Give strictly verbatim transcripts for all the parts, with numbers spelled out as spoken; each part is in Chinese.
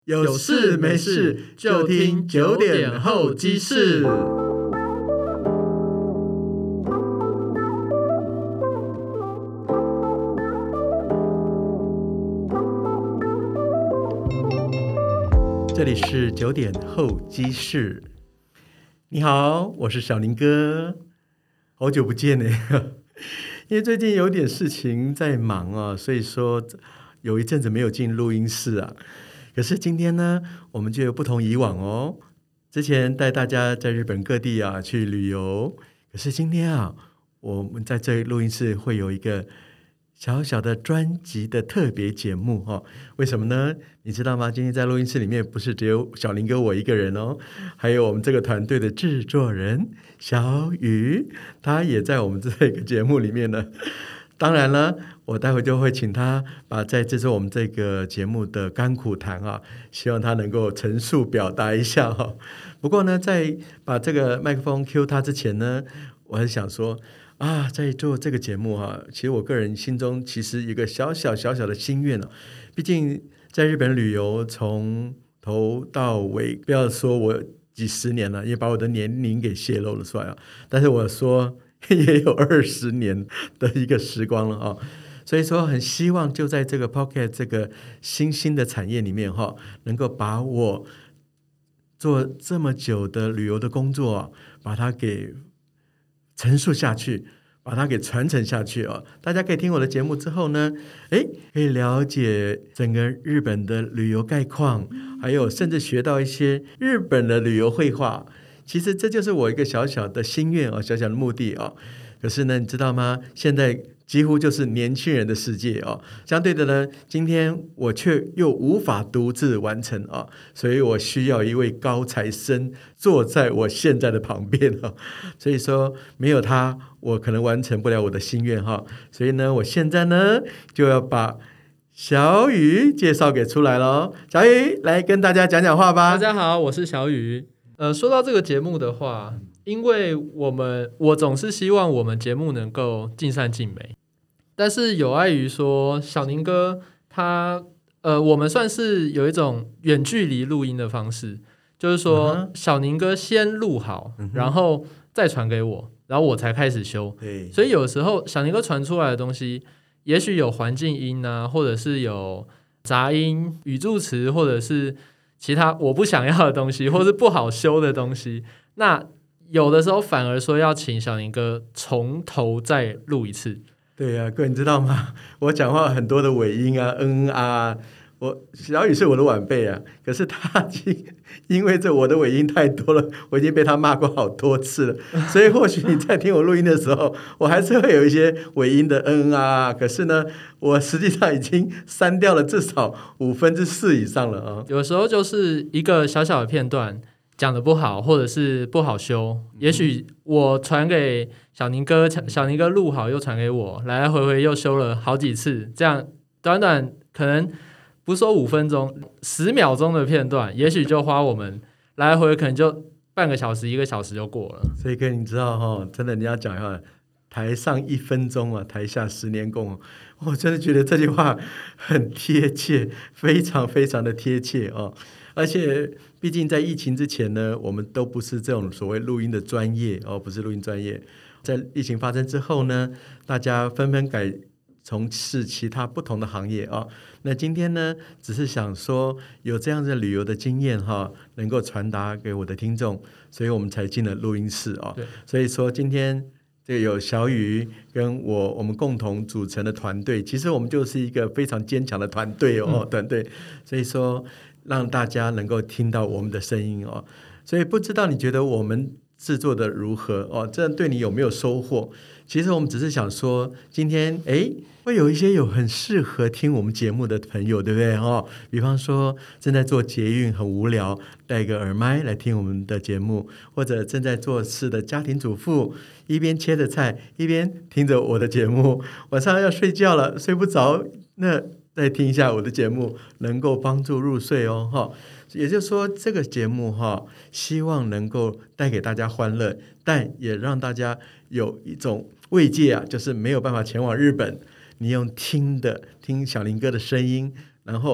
有事没事就听九点后机室。这里是九点后机室。你好，我是小林哥，好久不见呢。因为最近有点事情在忙啊，所以说有一阵子没有进录音室啊。可是今天呢，我们就有不同以往哦。之前带大家在日本各地啊去旅游，可是今天啊，我们在这录音室会有一个小小的专辑的特别节目哈、哦。为什么呢？你知道吗？今天在录音室里面不是只有小林哥我一个人哦，还有我们这个团队的制作人小雨，他也在我们这个节目里面呢。当然了，我待会就会请他把在制作我们这个节目的甘苦谈啊，希望他能够陈述表达一下哈、哦。不过呢，在把这个麦克风 Q 他之前呢，我还想说啊，在做这个节目哈、啊，其实我个人心中其实有一个小小小小的心愿哦。毕竟在日本旅游从头到尾，不要说我几十年了，也把我的年龄给泄露了出来啊。但是我说也有二十年的一个时光了啊，所以说很希望就在这个 Podcast 这个新兴的产业里面哈，能够把我做这么久的旅游的工作啊，把它给陈述下去，把它给传承下去哦。大家可以听我的节目之后呢，诶，可以了解整个日本的旅游概况，还有甚至学到一些日本的旅游绘画。其实这就是我一个小小的心愿哦，小小的目的哦。可是呢，你知道吗？现在几乎就是年轻人的世界哦。相对的呢，今天我却又无法独自完成哦，所以我需要一位高材生坐在我现在的旁边哦。所以说，没有他，我可能完成不了我的心愿哈、哦。所以呢，我现在呢就要把小雨介绍给出来了。小雨来跟大家讲讲话吧。 大家好，我是小雨。呃，说到这个节目的话，因为我们我总是希望我们节目能够尽善尽美，但是有碍于说小宁哥他呃，我们算是有一种远距离录音的方式，就是说、嗯、小宁哥先录好、嗯，然后再传给我，然后我才开始修。对，所以有时候小宁哥传出来的东西，也许有环境音啊，或者是有杂音、语助词，或者是其他我不想要的东西，或是不好修的东西，那有的时候反而说要请小宁哥从头再录一次。 对啊，哥，你知道吗？我讲话很多的尾音啊，嗯啊，我小雨是我的晚辈啊，可是他因为这我的尾音太多了，我已经被他骂过好多次了。所以或许你在听我录音的时候，我还是会有一些尾音的嗯啊，可是呢，我实际上已经删掉了至少五分之四以上了啊。 有时候就是一个小小的片段讲得不好，或者是不好修，也许我传给小宁哥，小宁哥录好又传给我，来来回回又修了好几次，这样短短可能不说五分钟，十秒钟的片段，也许就花我们来来回回可能就半个小时、一个小时就过了。 所以哥，你知道哈、哦，真的你要讲一下，台上一分钟啊，台下十年功。我真的觉得这句话很贴切，非常非常的贴切哦。而且毕竟在疫情之前呢，我们都不是这种所谓录音的专业哦，不是录音专业。在疫情发生之后呢，大家纷纷改从事其他不同的行业哦。那今天呢，只是想说有这样的旅游的经验哈、哦，能够传达给我的听众，所以我们才进了录音室哦。所以说今天这有小雨跟我，我们共同组成的团队，其实我们就是一个非常坚强的团队哦，嗯、团队。所以说让大家能够听到我们的声音哦。所以不知道你觉得我们制作的如何哦？这对你有没有收获？其实我们只是想说，今天哎，会有一些有很适合听我们节目的朋友，对不对哦？比方说正在做捷运很无聊，带个耳麦来听我们的节目，或者正在做事的家庭主妇，一边切着菜一边听着我的节目，晚上要睡觉了睡不着，那再听一下我的节目，能够帮助入睡哦哈。也就是说，这个节目哈，希望能够带给大家欢乐，但也让大家有一种慰藉啊，就是没有办法前往日本，你用听的听小林哥的声音，然后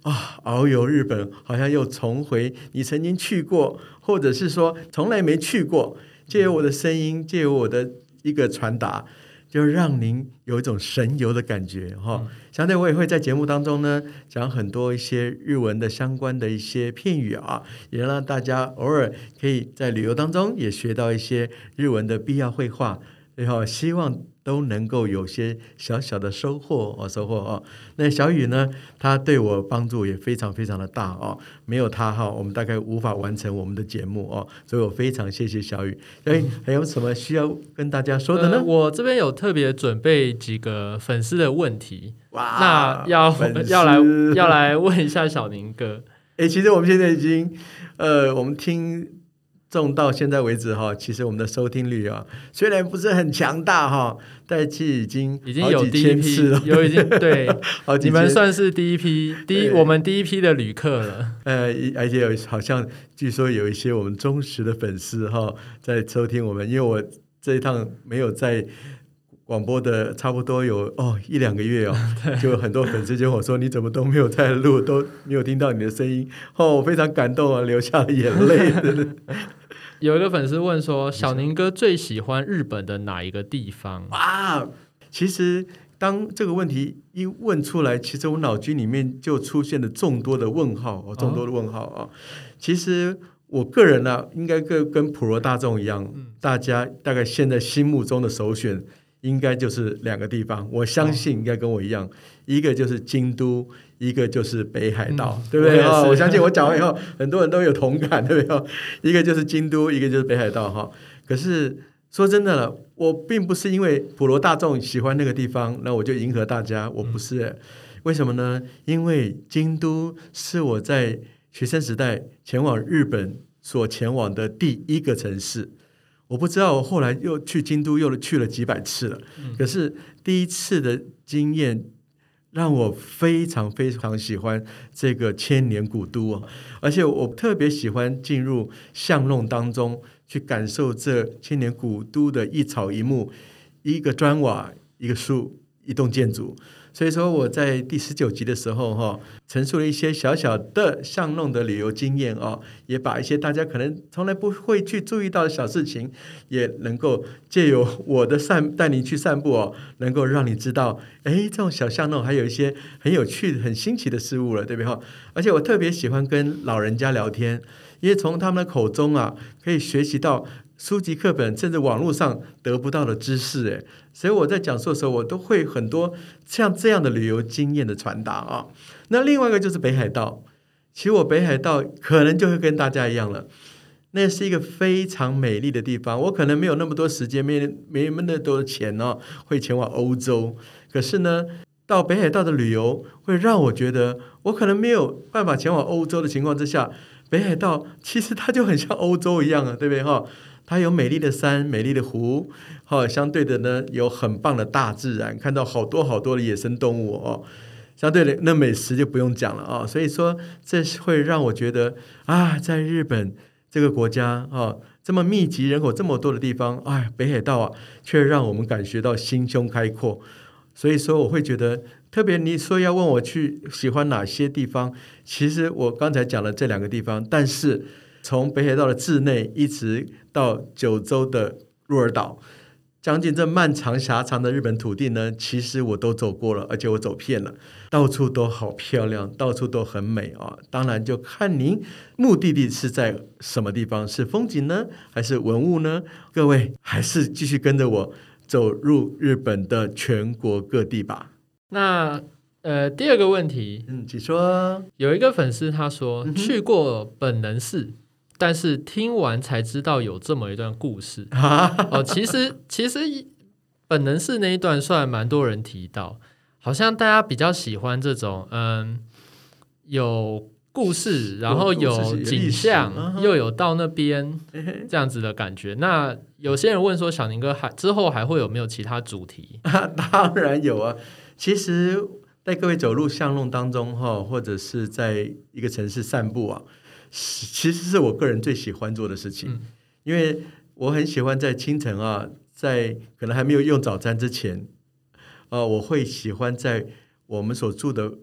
啊，遨游日本，好像又重回你曾经去过，或者是说从来没去过，借由我的声音，借由我的一个传达，就让您有一种神游的感觉哈、嗯。相对我也会在节目当中呢讲很多一些日文的相关的一些片语啊，也让大家偶尔可以在旅游当中也学到一些日文的必要绘画，然后希望都能够有些小小的收获哦，收获哦。那小雨呢，他对我帮助也非常非常的大哦，没有他哈，我们大概无法完成我们的节目哦，所以我非常谢谢小雨。所以还有什么需要跟大家说的呢？ 呃、我这边有特别准备几个粉丝的问题， 哇， 那要要来要来问一下小宁哥。 哎，其实我们现在已经，呃，我们听众到现在为止哈，其实我们的收听率啊，虽然不是很强大哈，但其实已经已经有第一批了，有已经对，你们算是第一批，第一我们第一批的旅客了。 呃，而且有好像据说有一些我们忠实的粉丝哈，在收听我们，因为我这一趟没有在广播的差不多有哦一两个月哦，就有很多粉丝就跟我说你怎么都没有在录，都没有听到你的声音哦，我非常感动啊，流下了眼泪。 有一个粉丝问说，小宁哥最喜欢日本的哪一个地方？ 哇，其实当这个问题一问出来，其实我脑筋里面就出现了众多的问号哦，众多的问号啊、哦。其实我个人呢、啊，应该跟跟普罗大众一样、嗯，大家大概现在心目中的首选应该就是两个地方，我相信应该跟我一样，哦、一个就是京都，一个就是北海道，嗯、对不对？我, 我相信我讲完以后，很多人都有同感，对不对？一个就是京都，一个就是北海道哈。可是说真的了，我并不是因为普罗大众喜欢那个地方，那我就迎合大家，我不是、嗯。为什么呢？因为京都是我在学生时代前往日本所前往的第一个城市。我不知道我后来又去京都又去了几百次了、嗯、可是第一次的经验让我非常非常喜欢这个千年古都、哦、而且我特别喜欢进入巷弄当中去感受这千年古都的一草一木，一个砖瓦，一个树，一栋建筑。所以说我在第十九集的时候哈、哦，陈述了一些小小的巷弄的旅游经验哦，也把一些大家可能从来不会去注意到的小事情，也能够借由我的散带你去散步哦，能够让你知道，哎，这种小巷弄还有一些很有趣、很新奇的事物了，对不对哈？而且我特别喜欢跟老人家聊天，因为从他们的口中啊，可以学习到书籍、课本甚至网络上得不到的知识，哎，所以我在讲述的时候，我都会很多像这样的旅游经验的传达啊。那另外一个就是北海道，其实我北海道可能就会跟大家一样了，那是一个非常美丽的地方。我可能没有那么多时间，没没那么多钱哦，会前往欧洲。可是呢，到北海道的旅游会让我觉得，我可能没有办法前往欧洲的情况之下，北海道其实它就很像欧洲一样啊，对不对哈？它有美丽的山，美丽的湖，哦，相对的呢，有很棒的大自然，看到好多好多的野生动物哦。相对的，那美食就不用讲了啊、哦。所以说，这会让我觉得啊，在日本这个国家啊、哦，这么密集人口这么多的地方，哎，北海道啊，却让我们感觉到心胸开阔。所以说，我会觉得，特别你说要问我去喜欢哪些地方，其实我刚才讲了这两个地方，但是从北海道的境内一直到九州的鹿儿岛，将近这漫长狭长的日本土地呢，其实我都走过了，而且我走遍了，到处都好漂亮，到处都很美啊。当然就看您目的地是在什么地方，是风景呢，还是文物呢？各位还是继续跟着我走入日本的全国各地吧。 那呃，第二个问题， 嗯，请说。 有一个粉丝他说、嗯、去过本能寺，但是听完才知道有这么一段故事哦。其实其实本能寺那一段算蛮多人提到，好像大家比较喜欢这种嗯有故事，然后有景象，有又有到那边这样子的感觉。那有些人问说，小宁哥还之后还会有没有其他主题？ 当然有啊。其实带各位走入巷弄当中哈，或者是在一个城市散步啊，其实是我个人最喜欢做的事情、嗯、因为我很喜欢在清晨啊，在可能还没有用早餐之前、呃、我会喜欢在我们所住的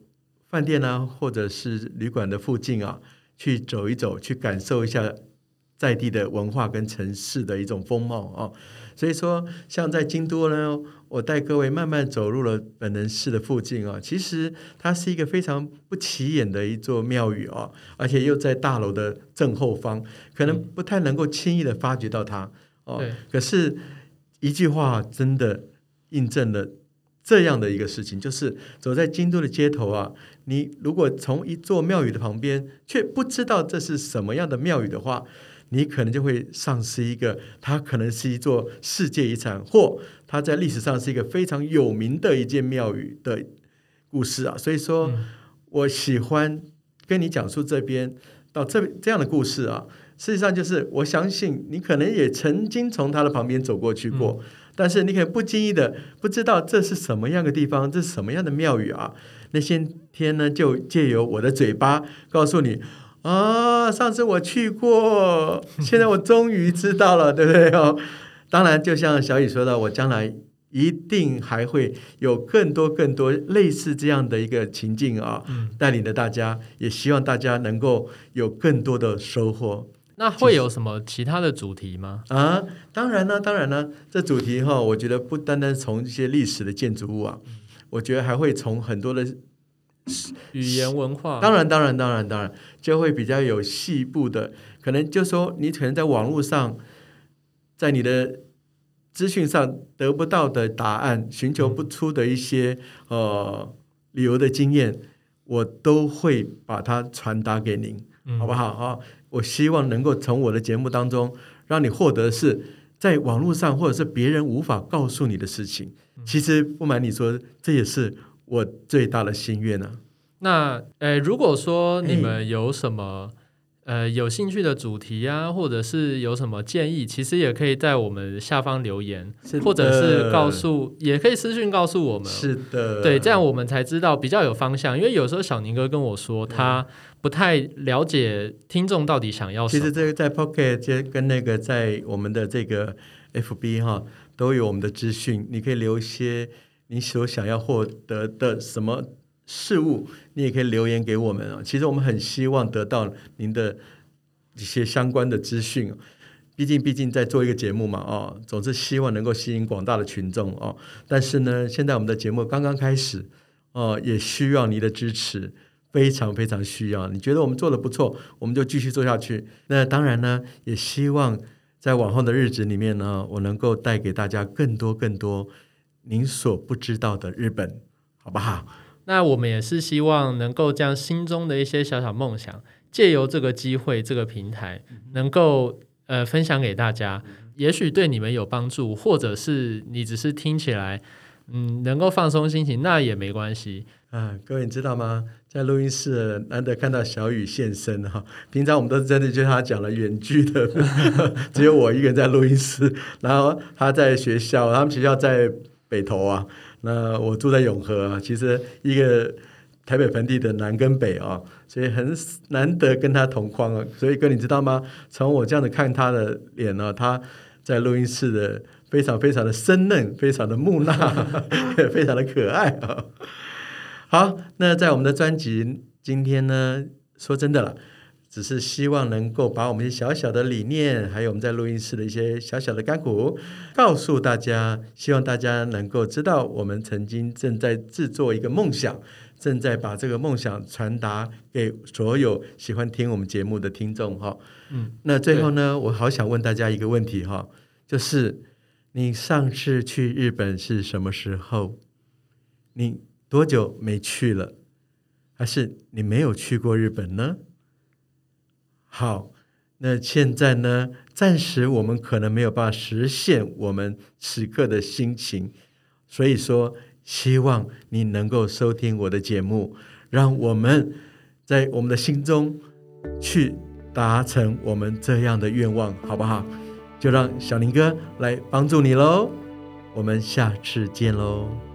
饭店啊，或者是旅馆的附近啊，去走一走，去感受一下在地的文化跟城市的一种风貌啊。所以说，像在京都呢，我带各位慢慢走入了本能寺的附近啊。其实它是一个非常不起眼的一座庙宇啊，而且又在大楼的正后方，可能不太能够轻易的发掘到它哦。可是一句话真的印证了这样的一个事情，就是走在京都的街头啊，你如果从一座庙宇的旁边，却不知道这是什么样的庙宇的话，你可能就会丧失一个它可能是一座世界遗产，或它在历史上是一个非常有名的一间庙宇的故事啊。所以说、嗯、我喜欢跟你讲述这边到这这样的故事啊。事实上就是我相信你可能也曾经从它的旁边走过去过、嗯、但是你可能不经意的不知道这是什么样的地方，这是什么样的庙宇啊。那些天呢，就借由我的嘴巴告诉你啊，上次我去过，现在我终于知道了，对不对哦？当然，就像小雨说的，我将来一定还会有更多更多类似这样的一个情境啊，嗯、带领着大家，也希望大家能够有更多的收获。 那会有什么其他的主题吗？ 啊，当然了，当然了，这主题哈，我觉得不单单从一些历史的建筑物啊，嗯、我觉得还会从很多的语言文化， 当然当然当然当然就会比较有细部的，可能就说你可能在网络上，在你的资讯上得不到的答案，寻求不出的一些、嗯、呃旅游的经验，我都会把它传达给您、嗯、好不好啊？我希望能够从我的节目当中让你获得的是在网络上或者是别人无法告诉你的事情、嗯、其实不瞒你说，这也是我最大的心愿啊。 那呃，如果说你们有什么呃有兴趣的主题啊，或者是有什么建议，其实也可以在我们下方留言，或者是告诉，也可以私讯告诉我们。 是的， 对，这样我们才知道比较有方向。因为有时候小宁哥跟我说，他不太了解听众到底想要什么。 其实这个在 Pocket 跟那个在我们的这个 F B 哈都有我们的资讯，你可以留一些你所想要获得的什么事物，你也可以留言给我们啊。其实我们很希望得到您的一些相关的资讯，毕竟毕竟在做一个节目嘛，哦，总是希望能够吸引广大的群众哦。但是呢，现在我们的节目刚刚开始哦，也需要你的支持，非常非常需要。你觉得我们做得不错，我们就继续做下去。那当然呢，也希望在往后的日子里面呢，我能够带给大家更多更多您所不知道的日本，好不好？ 那我们也是希望能够将心中的一些小小梦想，借由这个机会这个平台能够呃分享给大家，也许对你们有帮助，或者是你只是听起来嗯能够放松心情，那也没关系啊。各位你知道吗，在录音室难得看到小雨现身哈，平常我们都真的就他讲了远距的只有我一个人在录音室，然后他在学校，他们学校在北投啊，那我住在永和啊，其实一个台北盆地的南跟北啊，所以很难得跟他同框啊。所以哥你知道吗，从我这样子看他的脸呢、啊，他在录音室的非常非常的生嫩，非常的木讷非常的可爱啊。好，那在我们的专辑今天呢，说真的了，只是希望能够把我们一些小小的理念，还有我们在录音室的一些小小的甘苦告诉大家，希望大家能够知道我们曾经正在制作一个梦想，正在把这个梦想传达给所有喜欢听我们节目的听众哈。嗯，那最后呢，我好想问大家一个问题哈，就是你上次去日本是什么时候？你多久没去了？还是你没有去过日本呢？好，那现在呢，暂时我们可能没有办法实现我们此刻的心情，所以说希望你能够收听我的节目，让我们在我们的心中去达成我们这样的愿望，好不好？就让小林哥来帮助你咯，我们下次见咯。